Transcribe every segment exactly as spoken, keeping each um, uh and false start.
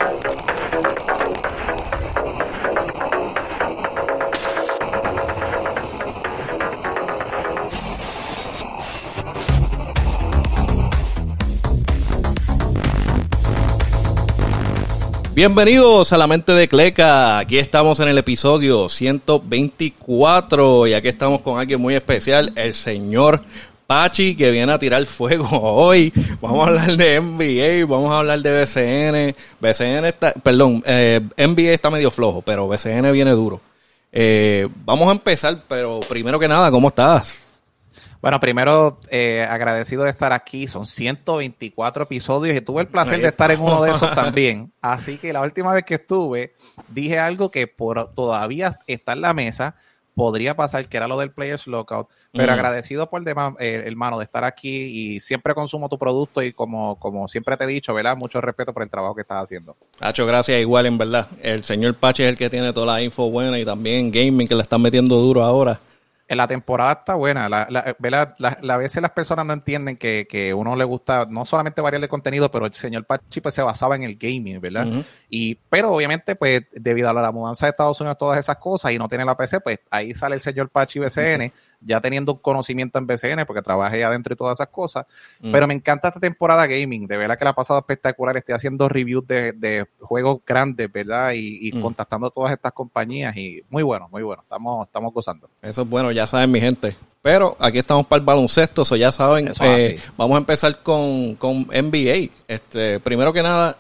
Bienvenidos a La Mente de Cleca. Aquí estamos en el episodio ciento veinticuatro y aquí estamos con alguien muy especial, el señor Pachi, que viene a tirar fuego hoy. Vamos a hablar de N B A, vamos a hablar de B C N. B C N está, perdón, eh, N B A está medio flojo, pero B C N viene duro. Eh, vamos a empezar, pero primero que nada, ¿cómo estás? Bueno, primero, eh, agradecido de estar aquí. Son ciento veinticuatro episodios y tuve el placer de estar en uno de esos también. Así que la última vez que estuve, dije algo que por, todavía está en la mesa. Podría pasar, que era lo del Players Lockout. Pero mm. agradecido por demás, eh, hermano, de estar aquí. Y siempre consumo tu producto y como, como siempre te he dicho, ¿verdad? Mucho respeto por el trabajo que estás haciendo. Hacho, gracias igual, en verdad. El señor Pachi es el que tiene toda la info buena y también gaming, que le están metiendo duro ahora. La temporada está buena. La, la, la, la, la, a veces las personas no entienden que, que uno le gusta no solamente variar de contenido, pero el señor Pachi pues se basaba en el gaming, ¿verdad? Uh-huh. Y, pero obviamente, pues, debido a la mudanza de Estados Unidos, todas esas cosas, y no tiene la P C, pues ahí sale el señor Pachi B C N, uh-huh. ya teniendo un conocimiento en B C N, porque trabajé adentro y todas esas cosas. Uh-huh. Pero me encanta esta temporada gaming. De verdad que la ha pasado espectacular. Estoy haciendo reviews de, de juegos grandes, ¿verdad? Y, y uh-huh. contactando a todas estas compañías. Y muy bueno, muy bueno. Estamos, estamos gozando. Eso es bueno, ya saben, mi gente. Pero aquí estamos para el baloncesto, so ya saben. Eh, vamos a empezar con, con N B A. Este, primero que nada,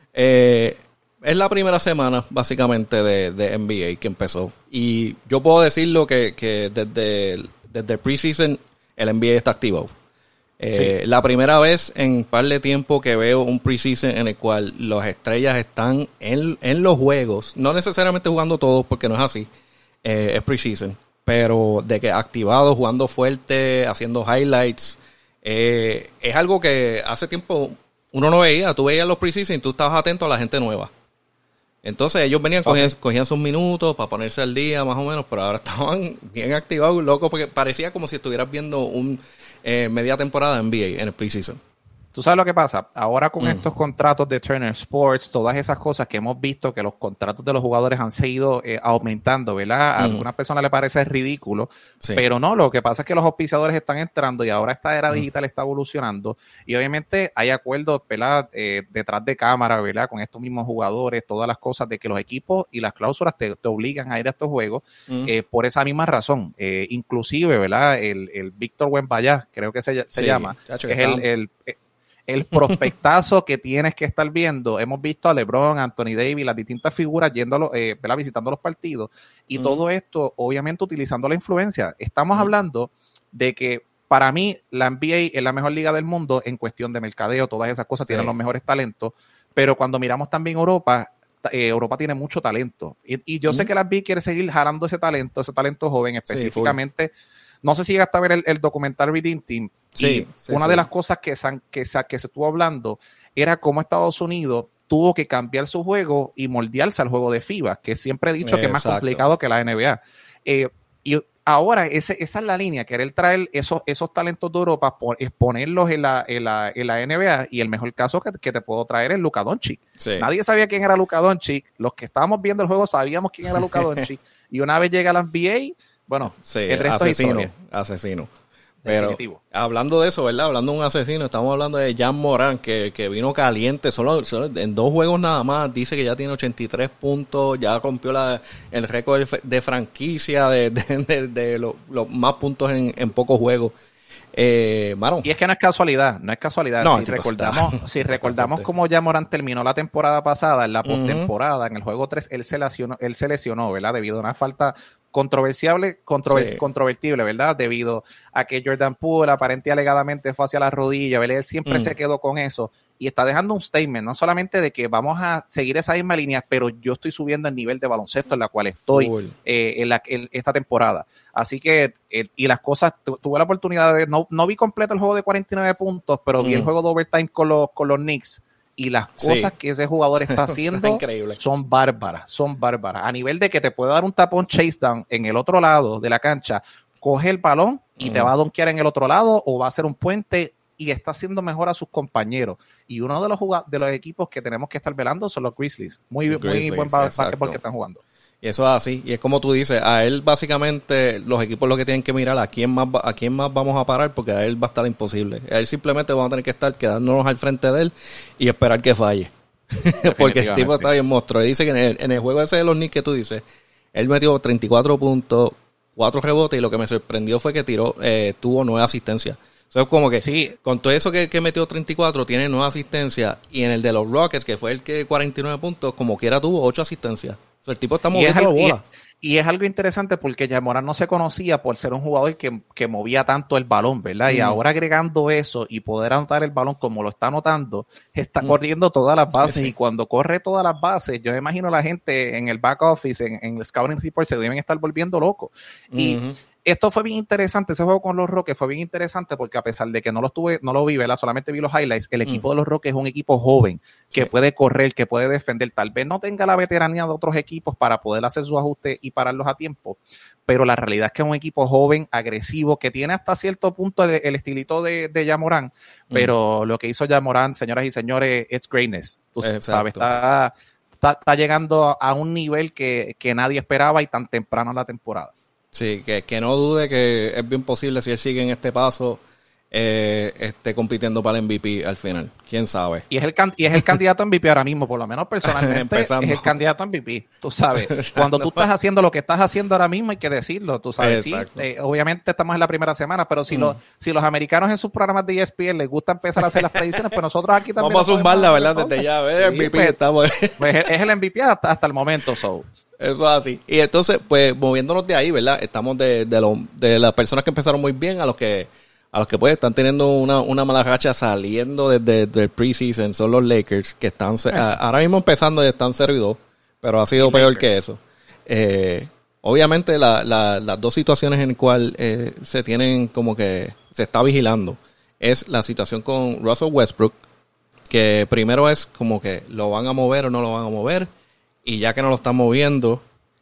eh, es la primera semana, básicamente, de, de N B A que empezó. Y yo puedo decirlo que, que desde, el, desde el preseason, el N B A está activado. Eh, sí. La primera vez en un par de tiempo que veo un preseason en el cual las estrellas están en, en los juegos, no necesariamente jugando todos, porque no es así, eh, es preseason. Pero de que activados, jugando fuerte, haciendo highlights, eh, es algo que hace tiempo uno no veía. Tú veías los preseason y tú estabas atento a la gente nueva. Entonces ellos venían, oh, cogían, sí. cogían sus minutos para ponerse al día más o menos, pero ahora estaban bien activados, locos, porque parecía como si estuvieras viendo un eh, media temporada en N B A en el preseason. ¿Tú sabes lo que pasa? Ahora con mm. estos contratos de Turner Sports, todas esas cosas que hemos visto, que los contratos de los jugadores han seguido eh, aumentando, ¿verdad? A mm. algunas personas les parece ridículo, sí. pero no, lo que pasa es que los auspiciadores están entrando y ahora esta era digital mm. está evolucionando y obviamente hay acuerdos, ¿verdad? Eh, detrás de cámara, ¿verdad? Con estos mismos jugadores, todas las cosas de que los equipos y las cláusulas te, te obligan a ir a estos juegos mm. eh, por esa misma razón. Eh, inclusive, ¿verdad? El, el Víctor Wembanyama, creo que se, se sí. llama, Chacho, que es el... el eh, el prospectazo que tienes que estar viendo. Hemos visto a LeBron, Anthony Davis, las distintas figuras yendo, eh, visitando los partidos y mm. todo esto obviamente utilizando la influencia. Estamos mm. hablando de que para mí la N B A es la mejor liga del mundo en cuestión de mercadeo, todas esas cosas, sí. tienen los mejores talentos, pero cuando miramos también Europa, eh, Europa tiene mucho talento y, y yo mm. sé que la N B A quiere seguir jalando ese talento, ese talento joven específicamente. Sí, no sé si llegaste a ver el, el documental Redeem Team. Sí, sí, una sí. de las cosas que se, que, se, que se estuvo hablando era cómo Estados Unidos tuvo que cambiar su juego y moldearse al juego de FIBA, que siempre he dicho Exacto. que es más complicado que la N B A. Eh, y ahora ese, esa es la línea, querer traer esos, esos talentos de Europa, por, exponerlos en la, en, la, en la N B A, y el mejor caso que, que te puedo traer es Luka Doncic. Sí. Nadie sabía quién era Luka Doncic, los que estábamos viendo el juego sabíamos quién era Luka Doncic, y una vez llega a la N B A, bueno, sí, el resto asesino, es historia. Asesino. Pero Definitivo. Hablando de eso, ¿verdad? Hablando de un asesino, estamos hablando de Ja Morant, que, que vino caliente, solo, solo en dos juegos nada más, dice que ya tiene ochenta y tres puntos, ya rompió la, el récord de, de franquicia de, de, de, de los lo más puntos en, en pocos juegos. Eh, mano. Y es que no es casualidad, no es casualidad. No, si recordamos, está, si recordamos cómo Ja Morant terminó la temporada pasada, en la postemporada, uh-huh. en el juego tres, él se lesionó, él se lesionó, ¿verdad? Debido a una falta controversiable, controver, sí. controvertible, ¿verdad? Debido a que Jordan Poole aparentemente alegadamente fue hacia la rodilla, ¿verdad? Él siempre mm. se quedó con eso y está dejando un statement, no solamente de que vamos a seguir esa misma línea, pero yo estoy subiendo el nivel de baloncesto en la cual estoy cool. eh, en, la, en esta temporada. Así que, eh, y las cosas, tu, tuve la oportunidad de ver, no, no vi completo el juego de cuarenta y nueve puntos, pero mm. vi el juego de overtime con los, con los Knicks. Y las cosas sí. que ese jugador está haciendo son bárbaras, son bárbaras. A nivel de que te puede dar un tapón chase down en el otro lado de la cancha, coge el balón y uh-huh. te va a donkear en el otro lado o va a hacer un puente y está haciendo mejor a sus compañeros. Y uno de los de los equipos que tenemos que estar velando son los Grizzlies. Muy, los Grizzlies, muy buen básquetbol que están jugando. Y eso es así. Y es como tú dices, a él básicamente los equipos lo que tienen que mirar a quién más a quién más vamos a parar, porque a él va a estar imposible. A él simplemente vamos a tener que estar quedándonos al frente de él y esperar que falle. Porque el tipo está bien monstruo. Y dice que en el, en el juego ese de los Knicks que tú dices, él metió treinta y cuatro puntos, cuatro rebotes, y lo que me sorprendió fue que tiró, eh, tuvo nueve asistencias. Eso es como que sí. Con todo eso que, que metió treinta y cuatro, tiene nueve asistencias, y en el de los Rockets, que fue el que cuarenta y nueve puntos, como quiera tuvo ocho asistencias. O sea, el tipo está moviendo la bola. Y, y es algo interesante porque Ja Morant no se conocía por ser un jugador que, que movía tanto el balón, ¿verdad? Mm. Y ahora agregando eso y poder anotar el balón como lo está anotando, está mm. corriendo todas las bases. Sí. Y cuando corre todas las bases, yo me imagino la gente en el back office, en, en el scouting report, se deben estar volviendo locos. Y mm-hmm. esto fue bien interesante, ese juego con los Rockets fue bien interesante porque a pesar de que no lo estuve, no lo vi, ¿verdad? Solamente vi los highlights, el equipo mm. de los Rockets es un equipo joven que sí. puede correr, que puede defender, tal vez no tenga la veteranía de otros equipos para poder hacer su ajuste y pararlos a tiempo, pero la realidad es que es un equipo joven, agresivo, que tiene hasta cierto punto el, el estilito de, de Ja Morant, mm. pero lo que hizo Ja Morant, señoras y señores, it's greatness, tú Exacto. sabes, está, está, está llegando a un nivel que, que nadie esperaba y tan temprano en la temporada. Sí, que, que no dude que es bien posible si él sigue en este paso, eh, esté compitiendo para el M V P al final. ¿Quién sabe? Y es el y es el candidato a M V P ahora mismo, por lo menos personalmente, es el candidato a M V P. Tú sabes, cuando tú estás haciendo lo que estás haciendo ahora mismo hay que decirlo, tú sabes. Sí, eh, obviamente estamos en la primera semana, pero si, mm. los, si los americanos en sus programas de E S P N les gusta empezar a hacer las predicciones, pues nosotros aquí también... Vamos a zumbarla, ¿verdad? Desde ya, ¿ves? Sí, M V P pues, estamos... pues es el M V P hasta, hasta el momento, so... Eso es así. Y entonces, pues, moviéndonos de ahí, ¿verdad? Estamos de, de, lo, de las personas que empezaron muy bien a los que, a los que pues, están teniendo una, una mala racha saliendo desde, desde el preseason. Son los Lakers, que están, eh. ahora mismo empezando y están cero y dos, pero ha sido peor Lakers. que eso. Eh, obviamente, la, la, las dos situaciones en las cuales eh, se tienen como que se está vigilando es la situación con Russell Westbrook, que primero es como que lo van a mover o no lo van a mover. Y ya que no lo están moviendo,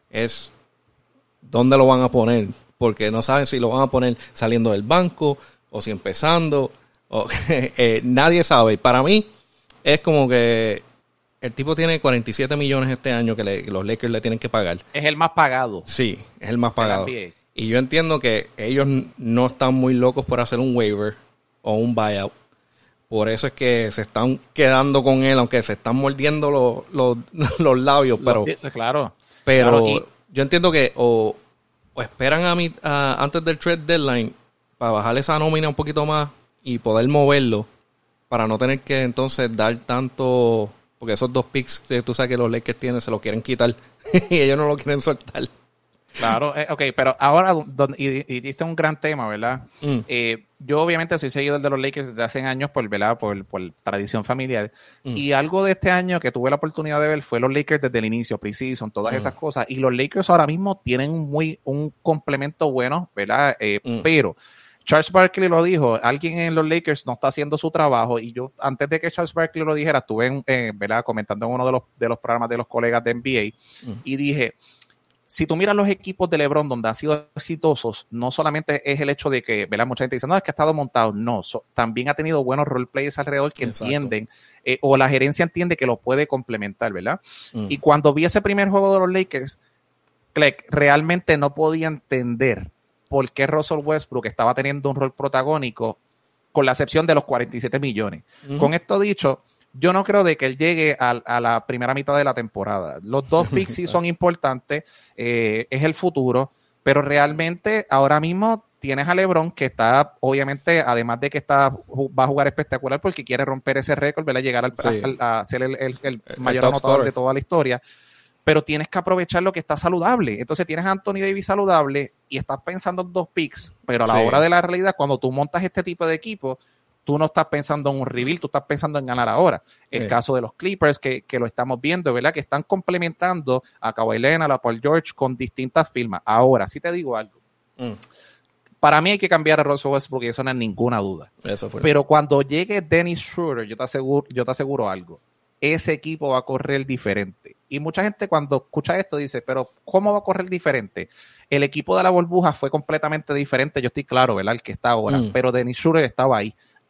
es dónde lo van a poner. Porque no saben si lo van a poner saliendo del banco o si empezando. O, eh, nadie sabe. Para mí, es como que el tipo tiene cuarenta y siete millones este año que, le, que los Lakers le tienen que pagar. Es el más pagado. Sí, es el más pagado. Y yo entiendo que ellos no están muy locos por hacer un waiver o un buyout. Por eso es que se están quedando con él, aunque se están mordiendo los, los, los labios. Pero, claro. Pero claro, y... yo entiendo que o, o esperan a mí a, antes del trade deadline para bajar esa nómina un poquito más y poder moverlo para no tener que entonces dar tanto... Porque esos dos picks que tú sabes que los Lakers tienen se los quieren quitar y ellos no lo quieren soltar. Claro, eh, ok, pero ahora don, y, y diste un gran tema, ¿verdad? Mm. Eh, yo obviamente soy seguidor de los Lakers desde hace años por, ¿verdad? por, por tradición familiar. Mm. Y algo de este año que tuve la oportunidad de ver fue los Lakers desde el inicio, pre-season, todas mm. esas cosas. Y los Lakers ahora mismo tienen un, muy, un complemento bueno, ¿verdad? Eh, mm. Pero Charles Barkley lo dijo, alguien en los Lakers no está haciendo su trabajo. Y yo, antes de que Charles Barkley lo dijera, estuve en, eh, ¿verdad? comentando en uno de los, de los programas de los colegas de N B A mm. y dije... Si tú miras los equipos de LeBron donde han sido exitosos, no solamente es el hecho de que, ¿verdad? Mucha gente dice, no, es que ha estado montado. No, so, también ha tenido buenos roleplayers alrededor que Exacto. entienden, eh, o la gerencia entiende que lo puede complementar, ¿verdad? Mm. Y cuando vi ese primer juego de los Lakers, Clegg, realmente no podía entender por qué Russell Westbrook estaba teniendo un rol protagónico, con la excepción de los cuarenta y siete millones. Mm. Con esto dicho, yo no creo de que él llegue a, a la primera mitad de la temporada. Los dos picks sí son importantes, eh, es el futuro, pero realmente ahora mismo tienes a LeBron que está, obviamente, además de que está va a jugar espectacular porque quiere romper ese récord, ¿verdad? Llegar al, sí. al, a ser el, el, el mayor el anotador score de toda la historia, pero tienes que aprovechar lo que está saludable. Entonces tienes a Anthony Davis saludable y estás pensando en dos picks, pero a la sí. hora de la realidad, cuando tú montas este tipo de equipo, tú no estás pensando en un reveal, tú estás pensando en ganar ahora. El sí. caso de los Clippers, que, que lo estamos viendo, ¿verdad? Que están complementando a Kawhi Leonard, a Paul George con distintas firmas. Ahora, sí te digo algo. Mm. Para mí hay que cambiar a Russell Westbrook, eso no es ninguna duda. Eso fue. Pero cuando llegue Dennis Schroeder, yo te aseguro, yo te aseguro algo. Ese equipo va a correr diferente. Y mucha gente cuando escucha esto dice, pero ¿cómo va a correr diferente? El equipo de la burbuja fue completamente diferente, yo estoy claro, ¿verdad? El que está ahora. Mm. Pero Dennis Schroeder estaba ahí.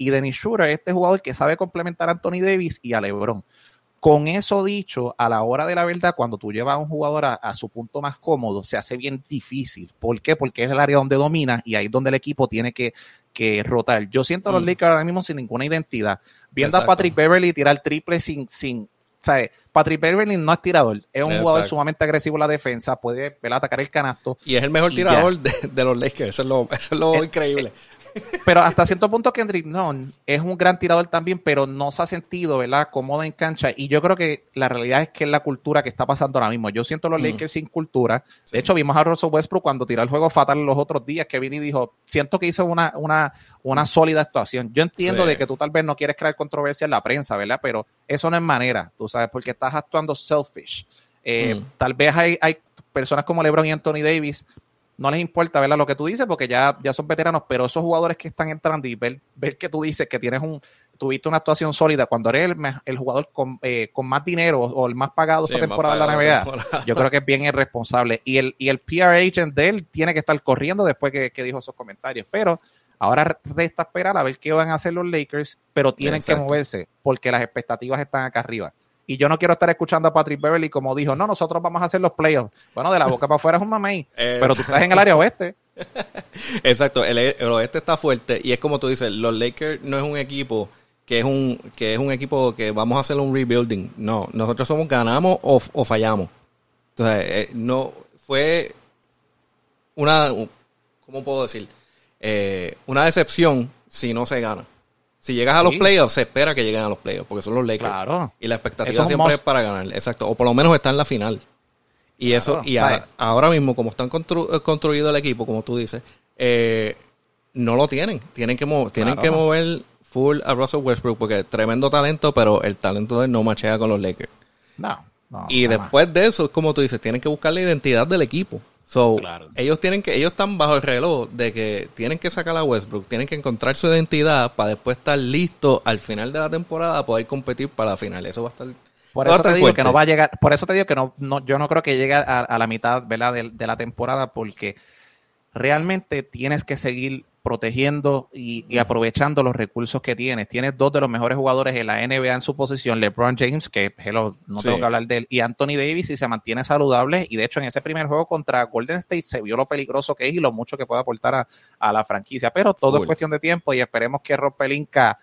Y Dennis Schroeder es este jugador que sabe complementar a Anthony Davis y a LeBron. Con eso dicho, a la hora de la verdad, cuando tú llevas a un jugador a, a su punto más cómodo, se hace bien difícil. ¿Por qué? Porque es el área donde domina y ahí es donde el equipo tiene que, que rotar. Yo siento a los mm. Lakers ahora mismo sin ninguna identidad. Viendo Exacto. a Patrick Beverley tirar triple sin... sin ¿sabes? Patrick Beverley no es tirador, es un Exacto. jugador sumamente agresivo en la defensa, puede ¿verdad? atacar el canasto. Y es el mejor tirador de, de los Lakers, eso es lo, eso es lo es, increíble. Pero hasta cierto punto Kendrick Nunn es un gran tirador también, pero no se ha sentido, ¿verdad?, cómodo en cancha. Y yo creo que la realidad es que es la cultura que está pasando ahora mismo. Yo siento a los mm. Lakers sin cultura. Sí. De hecho, vimos a Russell Westbrook cuando tiró el juego fatal los otros días, que vino y dijo, siento que hizo una, una, una sólida actuación. Yo entiendo sí. de que tú tal vez no quieres crear controversia en la prensa, ¿verdad? Pero eso no es manera, tú sabes, porque estás actuando selfish. Eh, mm. Tal vez hay, hay personas como LeBron y Anthony Davis, no les importa, ¿verdad?, lo que tú dices, porque ya, ya son veteranos, pero esos jugadores que están entrando y ver, ver que tú dices que tienes un, tuviste una actuación sólida cuando eres el, el jugador con, eh, con más dinero o el más pagado sí, esta temporada de la N B A, temporada. Yo creo que es bien irresponsable. Y el, y el P R agent de él tiene que estar corriendo después que, que dijo esos comentarios. Pero ahora resta esperar a ver qué van a hacer los Lakers, pero tienen Exacto. que moverse porque las expectativas están acá arriba. Y yo no quiero estar escuchando a Patrick Beverley como dijo, no, nosotros vamos a hacer los playoffs. Bueno, de la boca para afuera es un mamey, pero tú estás en el área oeste. Exacto, el, el oeste está fuerte y es como tú dices, los Lakers no es un equipo que es un que es un equipo que vamos a hacer un rebuilding. No, nosotros somos ganamos o, o fallamos. Entonces, eh, no fue una, ¿cómo puedo decir? Eh, una decepción si no se gana. Si llegas a sí. los playoffs, se espera que lleguen a los playoffs, porque son los Lakers. Claro. Y la expectativa siempre most... es para ganar. Exacto. O por lo menos estar en la final. Y claro, eso, y a, ahora mismo, como están constru- construido el equipo, como tú dices, eh, no lo tienen. Tienen que, mo- tienen claro. que mover full a Russell Westbrook, porque tremendo talento, pero el talento de él no machea con los Lakers. No. no y después más. de eso, como tú dices, tienen que buscar la identidad del equipo. So, claro. ellos tienen que, ellos están bajo el reloj de que tienen que sacar a Westbrook, tienen que encontrar su identidad para después estar listos al final de la temporada a poder competir para la final. Eso va a estar por eso te digo fuerte. que no va a llegar, por eso te digo que no, no yo no creo que llegue a, a la mitad, ¿verdad?, de, de la temporada, porque realmente tienes que seguir protegiendo y, y aprovechando los recursos que tienes. Tienes dos de los mejores jugadores en la N B A en su posición, LeBron James, que hello, no sí. tengo que hablar de él, y Anthony Davis, si se mantiene saludable, y de hecho en ese primer juego contra Golden State se vio lo peligroso que es y lo mucho que puede aportar a, a la franquicia, pero todo Full. es cuestión de tiempo y esperemos que Rob Pelinka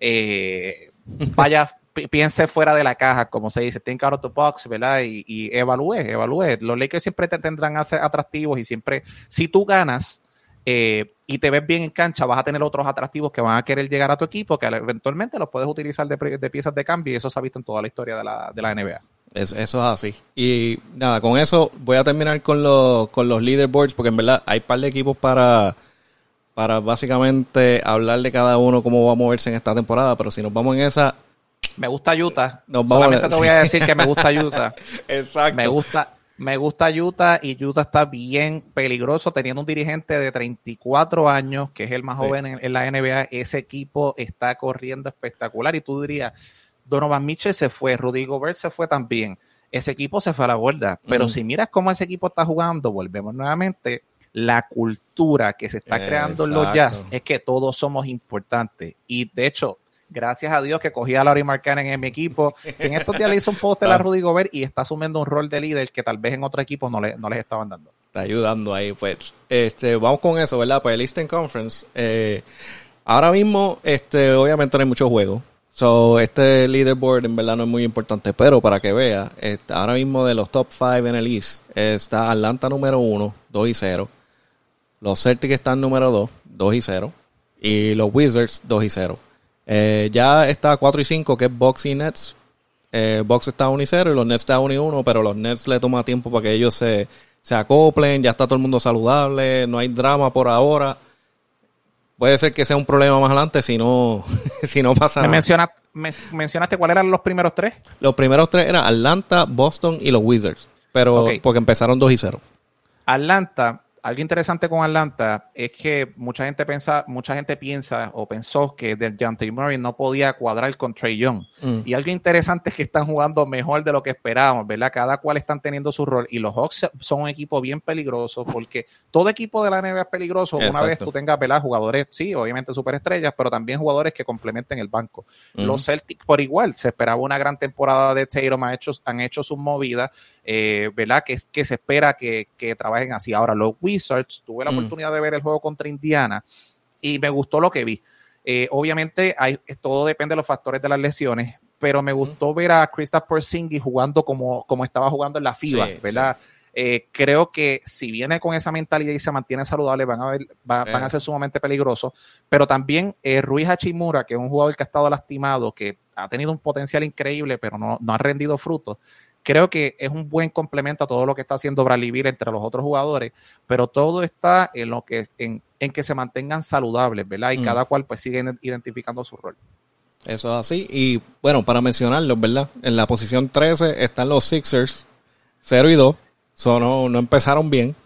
eh, vaya, piense fuera de la caja, como se dice, think out of the box, ¿verdad? Y, y evalúe, evalúe. Los Lakers siempre te tendrán atractivos y siempre, si tú ganas, Eh, y te ves bien en cancha, vas a tener otros atractivos que van a querer llegar a tu equipo, que eventualmente los puedes utilizar de, de piezas de cambio, y eso se ha visto en toda la historia de la, de la N B A. Eso, eso es así. Y nada, con eso voy a terminar con los, con los leaderboards, porque en verdad hay un par de equipos para, para básicamente hablar de cada uno, cómo va a moverse en esta temporada, pero si nos vamos en esa... Me gusta Utah. Solamente a... te voy a decir que me gusta Utah. Exacto. Me gusta... Me gusta Utah y Utah está bien peligroso teniendo un dirigente de treinta y cuatro años, que es el más sí. joven en, en la N B A. Ese equipo está corriendo espectacular y tú dirías, Donovan Mitchell se fue, Rudy Gobert se fue también. Ese equipo se fue a la borda. Pero mm. si miras cómo ese equipo está jugando, volvemos nuevamente, la cultura que se está creando en los Jazz es que todos somos importantes. Y de hecho, gracias a Dios que cogí a Lauri Markkanen en mi equipo, que en estos días le hizo un póster a Rudy Gobert y está asumiendo un rol de líder que tal vez en otro equipo no, le, no les estaban dando. Está ayudando ahí, pues. Este, vamos con eso, ¿verdad? Pues el Eastern Conference. Eh, ahora mismo, este, obviamente no hay muchos juegos. So, este leaderboard en verdad no es muy importante, pero para que veas, este, ahora mismo de los top cinco en el East, está Atlanta número uno, dos y cero. Los Celtics están número dos, dos y cero. Y los Wizards, dos y cero. Eh, ya está cuatro y cinco, que es Bucks y Nets. Eh, Bucks está uno y cero y los Nets está uno y uno, pero los Nets le toma tiempo para que ellos se, se acoplen. Ya está todo el mundo saludable, no hay drama por ahora. Puede ser que sea un problema más adelante si no, si no pasa ¿Me nada. Menciona, me, ¿Mencionaste cuáles eran los primeros tres? Los primeros tres eran Atlanta, Boston y los Wizards, pero okay. porque empezaron dos y cero. Atlanta, algo interesante con Atlanta es que mucha gente piensa, mucha gente piensa o pensó que DeJounte Murray no podía cuadrar con Trae Young. Mm. Y algo interesante es que están jugando mejor de lo que esperábamos, ¿verdad? Cada cual están teniendo su rol. Y los Hawks son un equipo bien peligroso porque todo equipo de la N B A es peligroso. Exacto. Una vez tú tengas, ¿verdad? Jugadores, sí, obviamente superestrellas, pero también jugadores que complementen el banco. Mm. Los Celtics por igual. Se esperaba una gran temporada de Tatum, han hecho, han hecho sus movidas. Eh, ¿verdad? Que, que se espera que, que trabajen así. Ahora, los Wizards, tuve la mm. oportunidad de ver el juego contra Indiana y me gustó lo que vi. Eh, obviamente, hay, todo depende de los factores de las lesiones, pero me gustó mm. ver a Kristaps Porzingis jugando como, como estaba jugando en la FIBA, sí, ¿verdad? Sí. Eh, creo que si viene con esa mentalidad y se mantiene saludable, van a, ver, va, van a ser sumamente peligrosos. Pero también eh, Rui Hachimura, que es un jugador que ha estado lastimado, que ha tenido un potencial increíble, pero no, no ha rendido frutos. Creo que es un buen complemento a todo lo que está haciendo Bradley Beal entre los otros jugadores, pero todo está en lo que en, en que se mantengan saludables, ¿verdad? Y mm. cada cual pues sigue identificando su rol. Eso es así. Y bueno, para mencionarlos, ¿verdad? En la posición trece están los Sixers, cero y dos. So, no, no empezaron bien.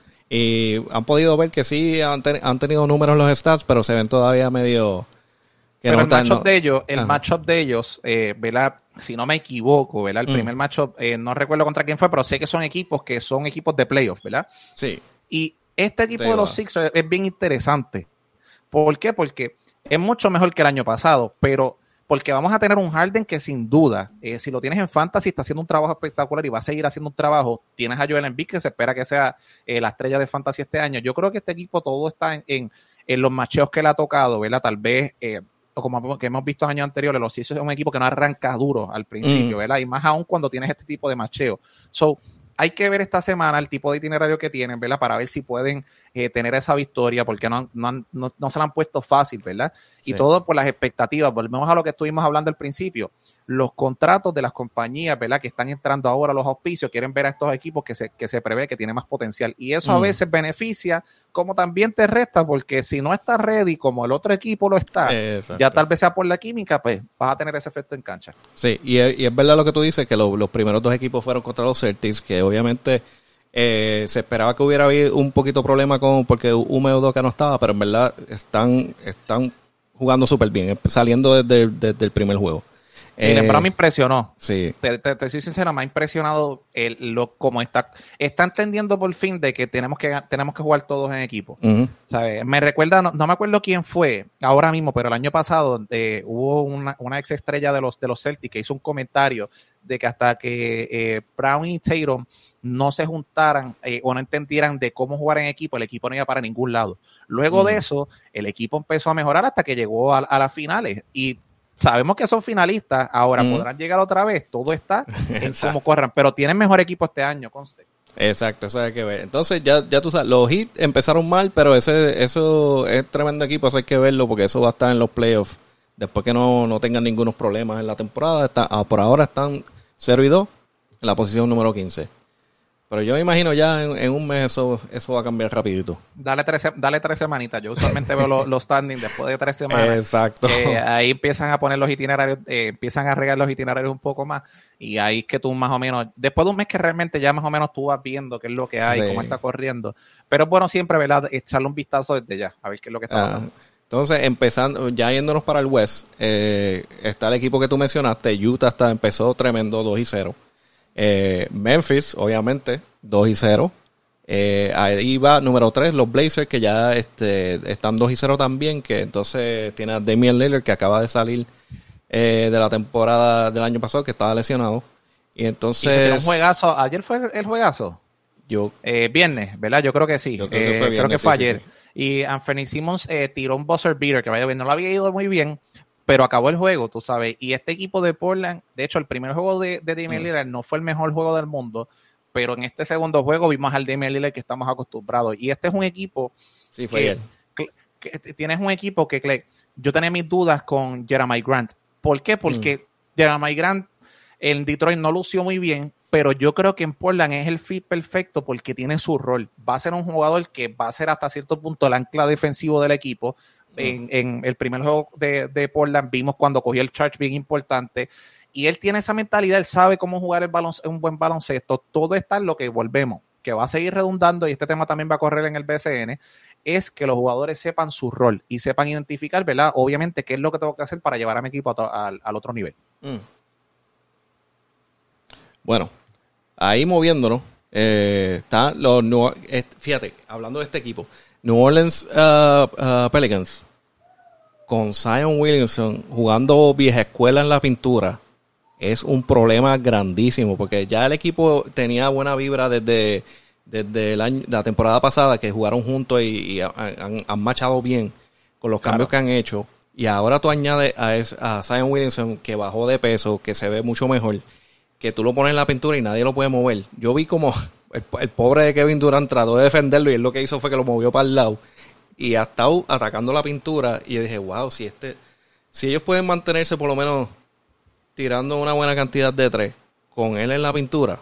Y han podido ver que sí han, ten, han tenido números en los stats, pero se ven todavía medio... Que pero no el matchup no... de ellos, el Ajá. matchup de ellos, eh, ¿verdad? Si no me equivoco, ¿verdad? El mm. primer matchup, eh, no recuerdo contra quién fue, pero sé que son equipos que son equipos de playoffs, ¿verdad? Sí. Y este equipo de los Sixers es bien interesante. ¿Por qué? Porque es mucho mejor que el año pasado, pero porque vamos a tener un Harden que sin duda, eh, si lo tienes en Fantasy, está haciendo un trabajo espectacular y va a seguir haciendo un trabajo. Tienes a Joel Embiid, que se espera que sea eh, la estrella de Fantasy este año. Yo creo que este equipo todo está en, en, en los macheos que le ha tocado, ¿verdad? Tal vez... Eh, como que hemos visto en años anteriores, los Sixers es un equipo que no arranca duro al principio, mm. ¿verdad? Y más aún cuando tienes este tipo de macheo. So, hay que ver esta semana el tipo de itinerario que tienen, ¿verdad? Para ver si pueden eh, tener esa victoria, porque no, no, no, no se la han puesto fácil, ¿verdad? Sí. Y todo por las expectativas. Volvemos a lo que estuvimos hablando al principio. Los contratos de las compañías, ¿verdad? Que están entrando ahora los auspicios, quieren ver a estos equipos que se, que se prevé que tienen más potencial. Y eso mm. a veces beneficia, como también te resta, porque si no estás ready como el otro equipo lo está, Exacto. ya tal vez sea por la química, pues vas a tener ese efecto en cancha. Sí, y es, y es verdad lo que tú dices, que lo, los primeros dos equipos fueron contra los Celtics, que obviamente eh, se esperaba que hubiera habido un poquito problema con porque Ime Udoka no estaba, pero en verdad están, están jugando súper bien, saliendo desde, desde el primer juego. Sí, eh, pero me impresionó. Sí. Te, te, te soy sincero, me ha impresionado el, lo como está. Está entendiendo por fin de que tenemos que tenemos que jugar todos en equipo. Uh-huh. ¿Sabes? Me recuerda, no, no me acuerdo quién fue ahora mismo, pero el año pasado eh, hubo una, una ex estrella de los, de los Celtics que hizo un comentario de que hasta que eh, Brown y Tatum no se juntaran eh, o no entendieran de cómo jugar en equipo, el equipo no iba para ningún lado. Luego uh-huh. de eso, el equipo empezó a mejorar hasta que llegó a, a las finales y sabemos que son finalistas, ahora mm. podrán llegar otra vez, todo está en cómo corran, pero tienen mejor equipo este año, conste. Exacto, eso hay que ver. Entonces, ya, ya tú sabes, los Heat empezaron mal, pero ese eso es tremendo equipo, eso hay que verlo, porque eso va a estar en los playoffs, después que no, no tengan ningunos problemas en la temporada. Está, ah, por ahora están cero y dos en la posición número quince. Pero yo me imagino ya en, en un mes eso, eso va a cambiar rapidito. Dale tres, dale tres semanitas. Yo usualmente veo los, los standings después de tres semanas. Exacto. Eh, ahí empiezan a poner los itinerarios, eh, empiezan a regar los itinerarios un poco más. Y ahí es que tú más o menos, después de un mes que realmente ya más o menos tú vas viendo qué es lo que hay, sí. cómo está corriendo. Pero es bueno siempre, ¿verdad? Echarle un vistazo desde ya, a ver qué es lo que está pasando. Ah, entonces, empezando, ya yéndonos para el West, eh, está el equipo que tú mencionaste. Utah está, empezó tremendo dos y cero. Eh, Memphis, obviamente, dos y cero. Eh, ahí va número tres, los Blazers, que ya este, están dos y cero también, que entonces tiene a Damian Lillard, que acaba de salir eh, de la temporada del año pasado, que estaba lesionado. Y entonces... ¿Y un juegazo? ¿Ayer fue el juegazo? Yo... Eh, viernes, ¿verdad? Yo creo que sí. Yo creo que eh, fue, viernes, creo que fue sí, ayer. Sí, sí. Y Anthony Simmons eh, tiró un buzzer beater, que vaya bien, no lo había ido muy bien, pero acabó el juego, tú sabes. Y este equipo de Portland, de hecho, el primer juego de, de Damian Lillard no fue el mejor juego del mundo, pero en este segundo juego vimos al Damian Lillard que estamos acostumbrados. Y este es un equipo sí, fue que, que, que tienes un equipo que, que yo tenía mis dudas con Jeremy Grant. ¿Por qué? Porque mm. Jeremy Grant en Detroit no lució muy bien, pero yo creo que en Portland es el fit perfecto porque tiene su rol. Va a ser un jugador que va a ser hasta cierto punto el ancla defensivo del equipo. En, en el primer juego de, de Portland vimos cuando cogió el charge bien importante y él tiene esa mentalidad, él sabe cómo jugar el baloncesto, un buen baloncesto, todo está en lo que volvemos. que va a seguir redundando, y este tema también va a correr en el B C N, es que los jugadores sepan su rol y sepan identificar, ¿verdad? Obviamente, qué es lo que tengo que hacer para llevar a mi equipo a, a, al otro nivel. Mm. Bueno, ahí moviéndonos, eh, está los New, eh, fíjate, hablando de este equipo, New Orleans uh, uh, Pelicans, con Zion Williamson jugando vieja escuela en la pintura, es un problema grandísimo, porque ya el equipo tenía buena vibra desde... desde el año, la temporada pasada, que jugaron juntos y, y han, han machado bien con los cambios claro. que han hecho, y ahora tú añades a, es, a Zion Williamson, que bajó de peso, que se ve mucho mejor, que tú lo pones en la pintura y nadie lo puede mover. Yo vi como el, el pobre de Kevin Durant trató de defenderlo y él lo que hizo fue que lo movió para el lado y ha estado atacando la pintura, y yo dije, wow, si este si ellos pueden mantenerse por lo menos tirando una buena cantidad de tres con él en la pintura,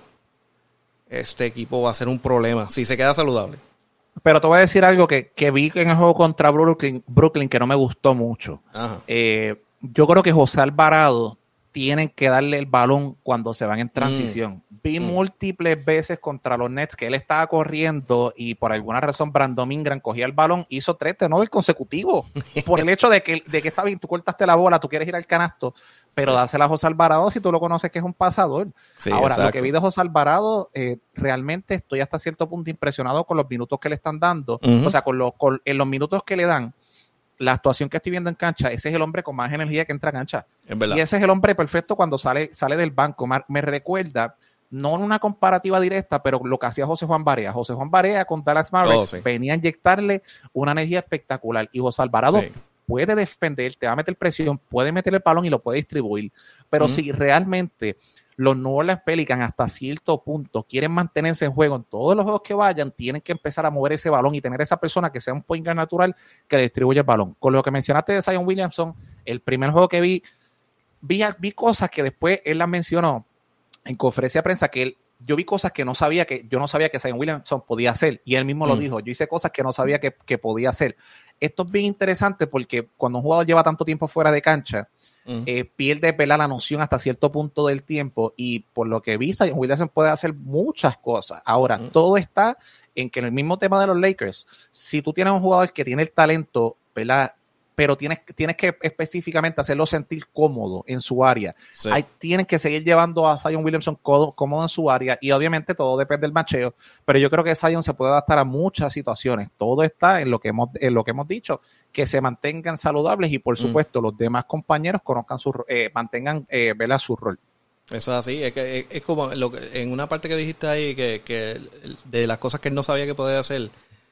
este equipo va a ser un problema si se queda saludable. Pero te voy a decir algo que, que vi en el juego contra Brooklyn, Brooklyn que no me gustó mucho. Eh, yo creo que José Alvarado tienen que darle el balón cuando se van en transición. Mm. Vi mm. múltiples veces contra los Nets que él estaba corriendo y por alguna razón Brandon Ingram cogía el balón, hizo tres turnovers consecutivos por el hecho de que, de que está bien, tú cortaste la bola, tú quieres ir al canasto, pero dásela a José Alvarado si tú lo conoces que es un pasador. Sí, ahora, exacto. Lo que vi de José Alvarado, eh, realmente estoy hasta cierto punto impresionado con los minutos que le están dando, uh-huh. o sea, con los, con, en los minutos que le dan, la actuación que estoy viendo en cancha, ese es el hombre con más energía que entra a cancha. Y ese es el hombre perfecto cuando sale, sale del banco. Me, me recuerda, no en una comparativa directa, pero lo que hacía José Juan Barea. José Juan Barea con Dallas Mavericks oh, sí. venía a inyectarle una energía espectacular. Y José Alvarado sí. puede defender, te va a meter presión, puede meter el balón y lo puede distribuir. Pero uh-huh. si realmente los New Orleans Pelicans hasta cierto punto quieren mantenerse en juego en todos los juegos que vayan, tienen que empezar a mover ese balón y tener esa persona que sea un point guard natural que distribuya el balón. Con lo que mencionaste de Zion Williamson, el primer juego que vi, vi, vi cosas que después él las mencionó en conferencia de prensa, que él, yo vi cosas que no sabía que, yo no sabía que Zion Williamson podía hacer, y él mismo mm. lo dijo, yo hice cosas que no sabía que, que podía hacer. Esto es bien interesante porque cuando un jugador lleva tanto tiempo fuera de cancha, Uh-huh. Eh, pierde ¿verdad? La noción hasta cierto punto del tiempo, y por lo que vi, Zion Williamson puede hacer muchas cosas. Ahora, uh-huh. todo está en que en el mismo tema de los Lakers, si tú tienes un jugador que tiene el talento, ¿verdad? Pero tienes, tienes que específicamente hacerlo sentir cómodo en su área. Sí. Ahí tienes que seguir llevando a Zion Williamson cómodo en su área, y obviamente todo depende del macheo, pero yo creo que Zion se puede adaptar a muchas situaciones. Todo está en lo que hemos, en lo que hemos dicho, que se mantengan saludables y por supuesto mm. los demás compañeros conozcan su, eh, mantengan eh, ¿verdad? su rol. Eso es así, es que es, es como lo que, en una parte que dijiste ahí, que, que de las cosas que él no sabía que podía hacer,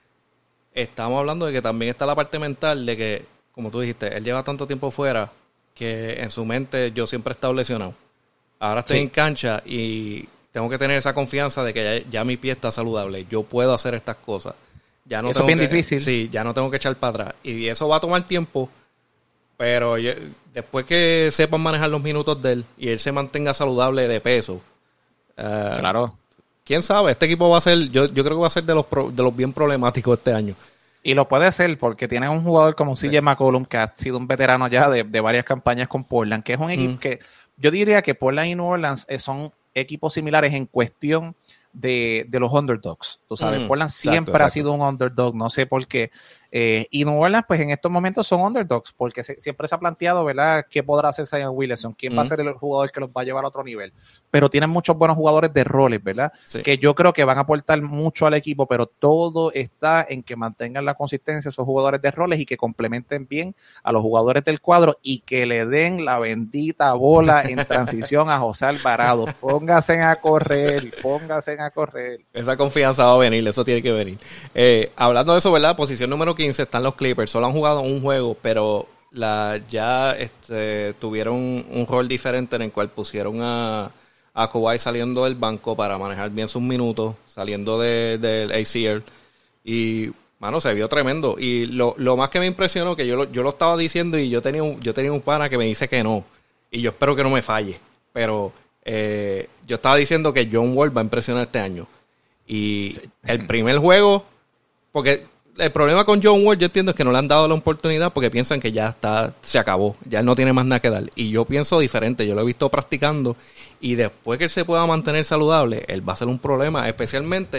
estamos hablando de que también está la parte mental de que, como tú dijiste, él lleva tanto tiempo fuera que en su mente yo siempre he estado lesionado. Ahora estoy sí. en cancha y tengo que tener esa confianza de que ya, ya mi pie está saludable. Yo puedo hacer estas cosas. Ya no eso tengo es bien que, difícil. Sí, ya no tengo que echar para atrás. Y eso va a tomar tiempo, pero yo, después que sepan manejar los minutos de él y él se mantenga saludable de peso. Uh, claro. ¿Quién sabe? Este equipo va a ser, yo, yo creo que va a ser de los, pro, de los bien problemáticos este año. Y lo puede ser porque tiene un jugador como C J McCollum, que ha sido un veterano ya de, de varias campañas con Portland, que es un equipo mm. que yo diría que Portland y New Orleans son equipos similares en cuestión de, de los underdogs. Tú sabes, mm. Portland siempre exacto, exacto. ha sido un underdog, no sé por qué. Eh, y New Orleans, pues en estos momentos son underdogs, porque se, siempre se ha planteado, ¿verdad?, qué podrá hacer Zion Williamson, quién mm. va a ser el jugador que los va a llevar a otro nivel. Pero tienen muchos buenos jugadores de roles, ¿verdad? Sí. Que yo creo que van a aportar mucho al equipo, pero todo está en que mantengan la consistencia esos jugadores de roles y que complementen bien a los jugadores del cuadro y que le den la bendita bola en transición a José Alvarado. Pónganse a correr, pónganse a correr. Esa confianza va a venir, eso tiene que venir. Eh, hablando de eso, ¿verdad? Posición número quince están los Clippers. Solo han jugado un juego, pero la, ya este, tuvieron un, un rol diferente en el cual pusieron a, a Kawhi saliendo del banco para manejar bien sus minutos, saliendo del de, de A C L. Y, mano, se vio tremendo. Y lo, lo más que me impresionó, que yo lo, yo lo estaba diciendo y yo tenía, un, yo tenía un pana que me dice que no. Y yo espero que no me falle. Pero eh, yo estaba diciendo que John Wall va a impresionar este año. Y sí. el primer juego, porque el problema con John Wall, yo entiendo, es que no le han dado la oportunidad porque piensan que ya está, se acabó, ya él no tiene más nada que dar. Y yo pienso diferente, yo lo he visto practicando y después que él se pueda mantener saludable, él va a ser un problema, especialmente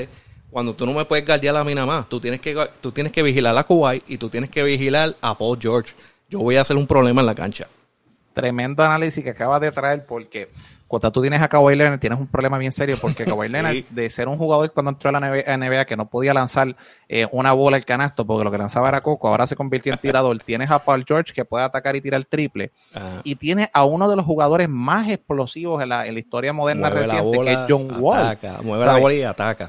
cuando tú no me puedes guardiar a mí nada más. Tú tienes que, tú tienes que vigilar a Kawhi y tú tienes que vigilar a Paul George. Yo voy a hacer un problema en la cancha. Tremendo análisis que acabas de traer, porque cuando tú tienes a Kawhi Leonard tienes un problema bien serio, porque Kawhi sí. Leonard, de ser un jugador cuando entró a la N B A que no podía lanzar eh, una bola al canasto porque lo que lanzaba era coco, ahora se convirtió en tirador. Tienes a Paul George que puede atacar y tirar triple, uh-huh. y tienes a uno de los jugadores más explosivos en la, en la historia moderna mueve reciente, bola, que es John Wall. Ataca, mueve ¿sabes? La bola y ataca.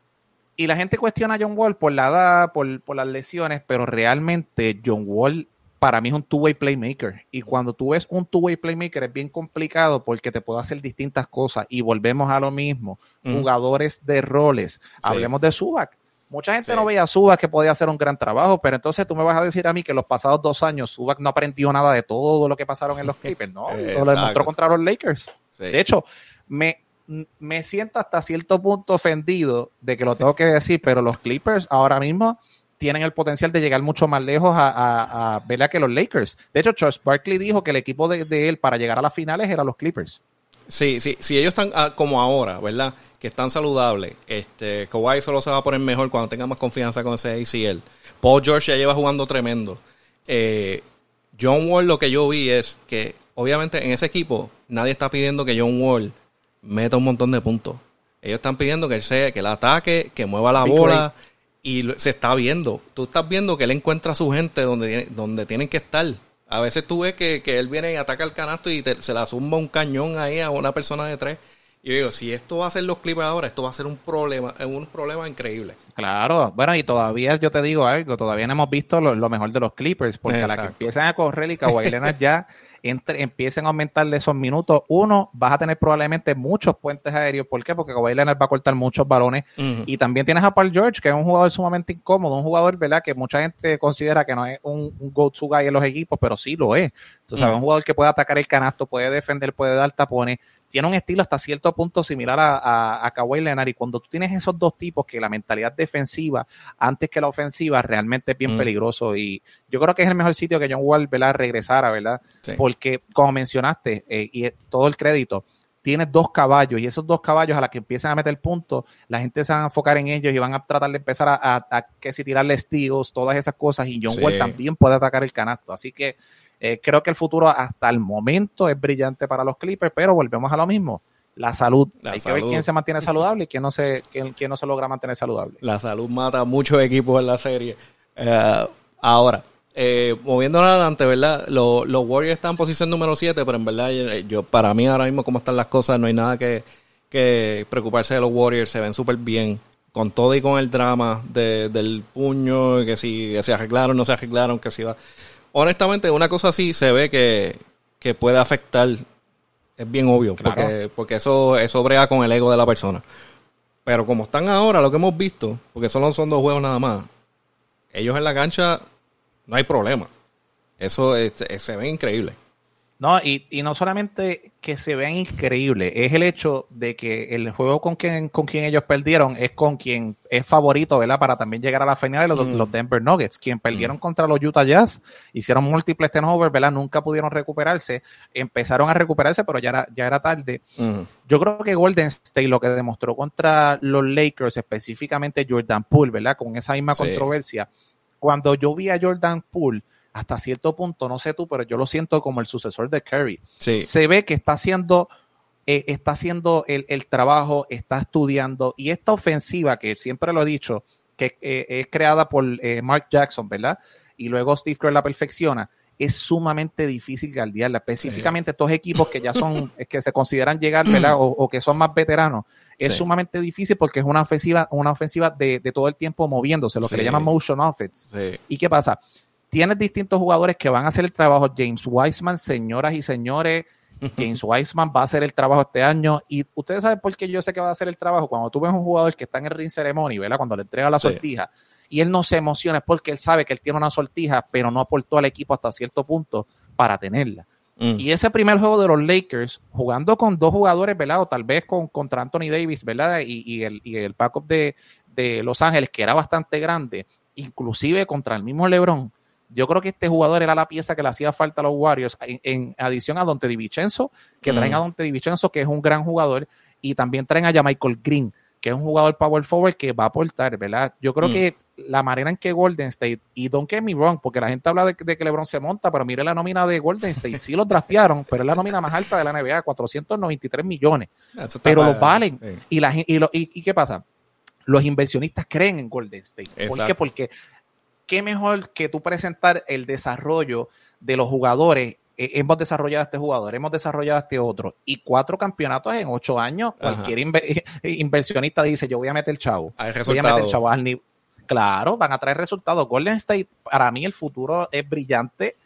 Y la gente cuestiona a John Wall por la edad, por, por las lesiones, pero realmente John Wall para mí es un two-way playmaker. Y cuando tú ves un two-way playmaker es bien complicado porque te puede hacer distintas cosas. Y volvemos a lo mismo. Mm. Jugadores de roles. Sí. Hablemos de Zubac. Mucha gente sí. no veía a Zubac que podía hacer un gran trabajo, pero entonces tú me vas a decir a mí que los pasados dos años Zubac no aprendió nada de todo lo que pasaron en los Clippers. No, lo demostró contra los Lakers. Sí. De hecho, me, me siento hasta cierto punto ofendido de que lo tengo que decir, pero los Clippers ahora mismo tienen el potencial de llegar mucho más lejos a, a, a verla que los Lakers. De hecho, Charles Barkley dijo que el equipo de, de él para llegar a las finales era los Clippers. Sí, sí, si ellos están ah, como ahora, ¿verdad? Que están saludables. Este, Kawhi solo se va a poner mejor cuando tenga más confianza con ese A C L. Paul George ya lleva jugando tremendo. Eh, John Wall, lo que yo vi es que, obviamente, en ese equipo nadie está pidiendo que John Wall meta un montón de puntos. Ellos están pidiendo que él sea, que él ataque, que mueva la Big bola. Great. Y se está viendo. Tú estás viendo que él encuentra a su gente donde, donde tienen que estar. A veces tú ves que, que él viene y ataca el canasto y te, se la zumba un cañón ahí a una persona de tres. Y yo digo, si esto va a ser los Clippers ahora, esto va a ser un problema, un problema increíble. Claro. Bueno, y todavía yo te digo algo, todavía no hemos visto lo, lo mejor de los Clippers, porque exacto. A la que empiezan a correr y Kawhi Leonard ya entre, empiecen a aumentarle esos minutos, uno, vas a tener probablemente muchos puentes aéreos. ¿Por qué? Porque Kawhi Leonard va a cortar muchos balones. Uh-huh. Y también tienes a Paul George, que es un jugador sumamente incómodo, un jugador, ¿verdad?, que mucha gente considera que no es un, un go-to guy en los equipos, pero sí lo es. Entonces, uh-huh. es un jugador que puede atacar el canasto, puede defender, puede dar tapones. Tiene un estilo hasta cierto punto similar a, a, a Kawhi Leonard, y cuando tú tienes esos dos tipos que la mentalidad defensiva antes que la ofensiva realmente es bien mm. peligroso, y yo creo que es el mejor sitio que John Wall, ¿verdad?, regresara, ¿verdad? Sí. Porque como mencionaste, eh, y todo el crédito, tienes dos caballos, y esos dos caballos a la que empiezan a meter puntos, la gente se va a enfocar en ellos y van a tratar de empezar a, a, a que si tirarle steals, todas esas cosas, y John sí. Wall también puede atacar el canasto, así que Eh, creo que el futuro hasta el momento es brillante para los Clippers, pero volvemos a lo mismo, la salud. La Hay salud. que ver quién se mantiene saludable y quién no se, quién, quién no se logra mantener saludable. La salud mata a muchos equipos en la serie. Uh, ahora, eh, moviéndonos adelante, ¿verdad? Los, los Warriors están en posición número siete, pero en verdad, yo, yo para mí ahora mismo como están las cosas, no hay nada que, que preocuparse de los Warriors. Se ven súper bien, con todo y con el drama de, del puño, que si que se arreglaron, no se arreglaron, que si va... Honestamente, una cosa así se ve que, que puede afectar, es bien obvio, claro. porque, porque eso, eso brega con el ego de la persona. Pero como están ahora, lo que hemos visto, porque solo son dos juegos nada más, ellos en la cancha no hay problema. Eso es, es, se ve increíble. No, y, y no solamente que se vean increíbles, es el hecho de que el juego con quien, con quien ellos perdieron es con quien es favorito, ¿verdad?, para también llegar a la final, los, mm. los Denver Nuggets, quien perdieron mm. contra los Utah Jazz, hicieron múltiples turnovers, ¿verdad?, nunca pudieron recuperarse, empezaron a recuperarse, pero ya era, ya era tarde. Mm. Yo creo que Golden State lo que demostró contra los Lakers, específicamente Jordan Poole, ¿verdad?, con esa misma sí. controversia, cuando yo vi a Jordan Poole, hasta cierto punto, no sé tú, pero yo lo siento como el sucesor de Curry. Sí. Se ve que está haciendo, eh, está haciendo el, el trabajo, está estudiando, y esta ofensiva, que siempre lo he dicho, que eh, es creada por eh, Mark Jackson, ¿verdad? Y luego Steve Kerr la perfecciona, es sumamente difícil guardiarla, específicamente sí. estos equipos que ya son, que se consideran llegar, ¿verdad? O, o que son más veteranos, es sí. sumamente difícil porque es una ofensiva, una ofensiva de, de todo el tiempo moviéndose, lo que sí. le llaman motion offense. Sí. ¿Y qué pasa? Tienes distintos jugadores que van a hacer el trabajo. James Wiseman, señoras y señores, James Wiseman va a hacer el trabajo este año. Y ustedes saben por qué yo sé que va a hacer el trabajo. Cuando tú ves un jugador que está en el ring ceremony, ¿verdad?, cuando le entrega la sí. sortija, y él no se emociona, es porque él sabe que él tiene una sortija, pero no aportó al equipo hasta cierto punto para tenerla. Mm. Y ese primer juego de los Lakers, jugando con dos jugadores, ¿verdad?, o tal vez con, contra Anthony Davis, ¿verdad?, y, y, el, y el backup de, de Los Ángeles, que era bastante grande, inclusive contra el mismo LeBron. Yo creo que este jugador era la pieza que le hacía falta a los Warriors, en, en adición a Donte DiVincenzo, que mm. traen a Donte DiVincenzo, que es un gran jugador, y también traen a Jamichael Green, que es un jugador power forward que va a aportar, ¿verdad? Yo creo Mm. que la manera en que Golden State, y don't get me wrong, porque la gente habla de, de que LeBron se monta, pero mire la nómina de Golden State, sí los draftearon, pero es la nómina más alta de la N B A, cuatrocientos noventa y tres millones, pero los valen. Sí. Y, la, y, lo, y, ¿Y qué pasa? Los inversionistas creen en Golden State. Exacto. ¿Por qué? Porque qué mejor que tú presentar el desarrollo de los jugadores. Eh, hemos desarrollado a este jugador, hemos desarrollado a este otro, y cuatro campeonatos en ocho años. Ajá. Cualquier inver- inversionista dice, yo voy a meter chavo. Hay voy a meter chavo al nivel. Claro, van a traer resultados. Golden State, para mí el futuro es brillante,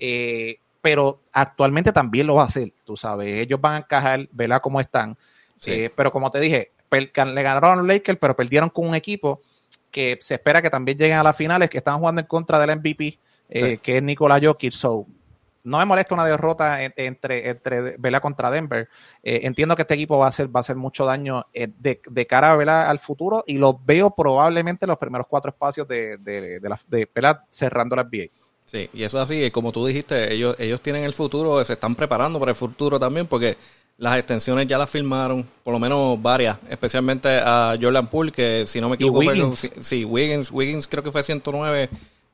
eh, pero actualmente también lo va a hacer, tú sabes. Ellos van a encajar, ¿verdad? Cómo están. Sí. Eh, pero como te dije, per- le ganaron a los Lakers, pero perdieron con un equipo que se espera que también lleguen a las finales, que están jugando en contra del M V P, eh, sí. que es Nikola Jokic. So, no me molesta una derrota entre, entre ¿verdad? Contra Denver. Eh, entiendo que este equipo va a hacer, va a hacer mucho daño eh, de, de cara, ¿verdad? Al futuro, y los veo probablemente en los primeros cuatro espacios de, de, de, la, de ¿verdad? Cerrando la N B A. Sí, y eso es así, como tú dijiste, ellos, ellos tienen el futuro, se están preparando para el futuro también, porque las extensiones ya las firmaron, por lo menos varias, especialmente a Jordan Poole, que si no me equivoco, y Wiggins. Fue, sí, Wiggins, Wiggins creo que fue ciento nueve,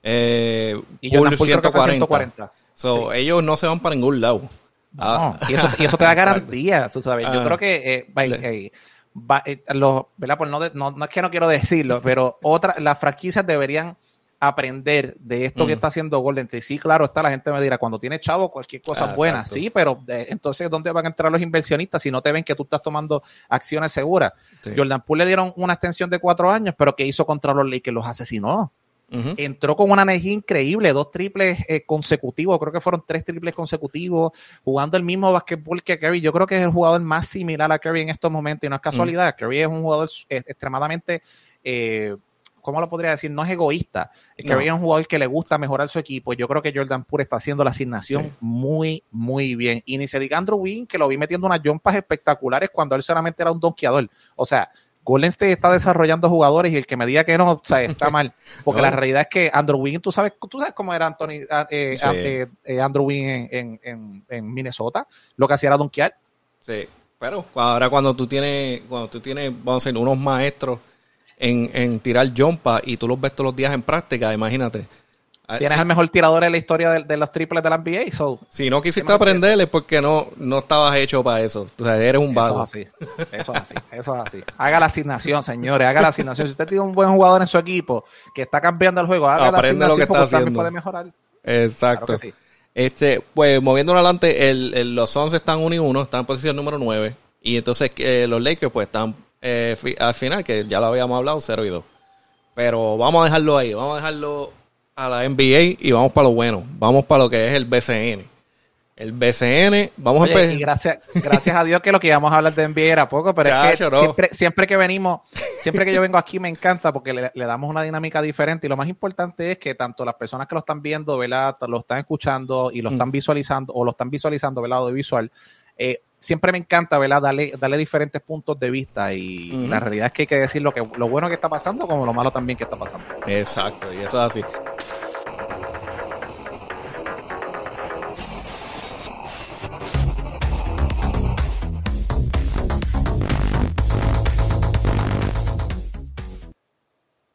eh, y Jordan Poole ciento cuarenta. ciento cuarenta. So, sí. Ellos no se van para ningún lado. No, ah. y, eso, y eso te da garantía, tú sabes. Yo ah. creo que eh, va, eh, va, eh, los, ¿verdad? Pues no, no, no es que no quiero decirlo, pero otra, las franquicias deberían aprender de esto mm. que está haciendo Golden State. Sí, claro, está, la gente me dirá, cuando tiene chavo, cualquier cosa ah, buena, exacto. Sí, pero eh, entonces, ¿dónde van a entrar los inversionistas si no te ven que tú estás tomando acciones seguras? Sí. Jordan Poole le dieron una extensión de cuatro años, pero ¿qué hizo contra los Lakers? Los asesinó. Uh-huh. Entró con una energía increíble, dos triples eh, consecutivos, creo que fueron tres triples consecutivos, jugando el mismo basquetbol que Curry. Yo creo que es el jugador más similar a Curry en estos momentos, y no es casualidad. Uh-huh. Curry es un jugador eh, extremadamente, eh, ¿cómo lo podría decir? No es egoísta. No. Curry es un jugador que le gusta mejorar su equipo. Yo creo que Jordan Poole está haciendo la asignación sí. muy, muy bien. Y ni se diga Andrew Wiggins, que lo vi metiendo unas jumpas espectaculares cuando él solamente era un donkeador. O sea, Golden State está desarrollando jugadores, y el que me diga que no, o sea, está mal. Porque no. La realidad es que Andrew Wiggins, tú sabes, tú sabes cómo era Anthony, eh, sí. eh, eh, Andrew Wiggins en, en, en Minnesota. Lo que hacía era donkear. Sí, pero ahora cuando tú tienes, cuando tú tienes, vamos a decir, unos maestros en, en tirar jumpa y tú los ves todos los días en práctica, imagínate. Tienes sí. el mejor tirador en la historia de, de los triples de la N B A. So, si no quisiste aprenderle, porque no, no estabas hecho para eso. O sea, eres un vago. Eso es así. Eso es así. Eso es así. Haga la asignación, señores. Haga la asignación. Si usted tiene un buen jugador en su equipo que está cambiando el juego, haga Aprende la asignación, lo que porque está también haciendo. puede mejorar. Exacto. Claro que sí. Este, pues moviéndonos adelante, el, el, los Suns están uno y uno, están en posición número nueve. Y entonces eh, los Lakers pues están eh, fi, al final, que ya lo habíamos hablado, cero y dos. Pero vamos a dejarlo ahí. Vamos a dejarlo a la N B A y vamos para lo bueno. Vamos para lo que es el B C N. El B C N, vamos Oye, a empezar. Y gracias, gracias a Dios que lo que íbamos a hablar de N B A era poco, pero Chacho, es que no. siempre, siempre que venimos, siempre que yo vengo aquí me encanta porque le, le damos una dinámica diferente, y lo más importante es que tanto las personas que lo están viendo, ¿verdad? Lo están escuchando y lo están mm. visualizando, o lo están visualizando, ¿verdad? Audiovisual, eh, siempre me encanta, ¿verdad? Darle, darle diferentes puntos de vista, y mm-hmm. la realidad es que hay que decir lo, que, lo bueno que está pasando como lo malo también que está pasando. Exacto, y eso es así.